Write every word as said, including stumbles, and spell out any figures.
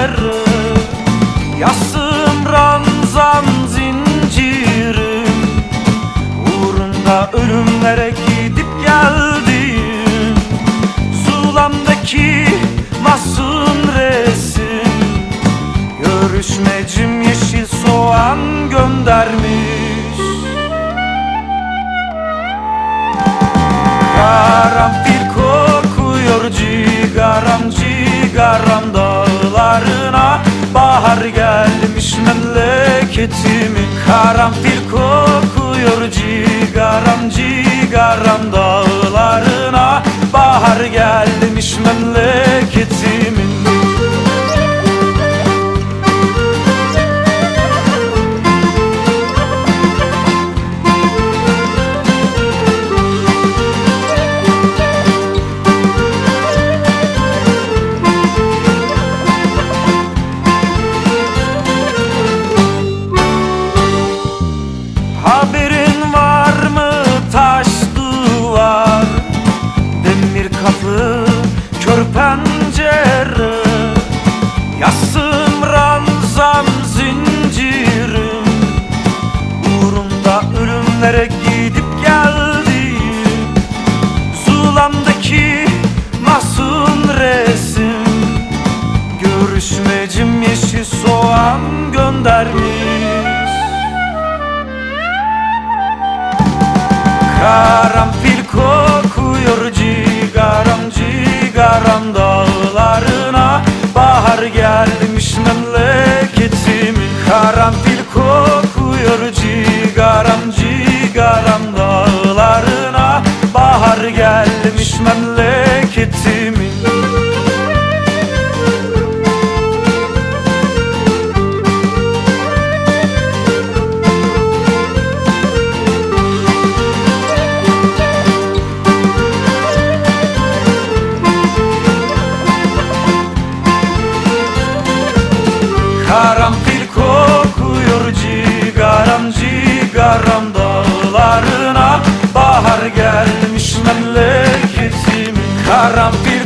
pancarı, yasım ranzam zincirim, uğrunda ölümlere gidip geldim. Zulamdaki masum resim, görüşmecim yeşil soğan göndermiş. Karanfil kokuyor cigaram cigaram dağlarına, bahar gelmiş memleketimin. Karanfil kokuyor cigaram cigaram dağlarına, bahar gelmiş memleketimin. Haberin var mı taş duvar, demir kapı, kör pencere, yasım ranzam zincirim, uğrunda ölümlere gidip geldim. Zulamdaki masum resim, görüşmecim yeşil soğan göndermiş. Karanfil kokuyor cigaram cigaram dağlarına, bahar gelmiş memleketimin. Karanfil kokuyor cigaram cigaram dağlarına, bahar gelmiş memleketimin. Karanfil kokuyor cigaram cigaram dağlarına, bahar gelmiş memleketimin. Karanfil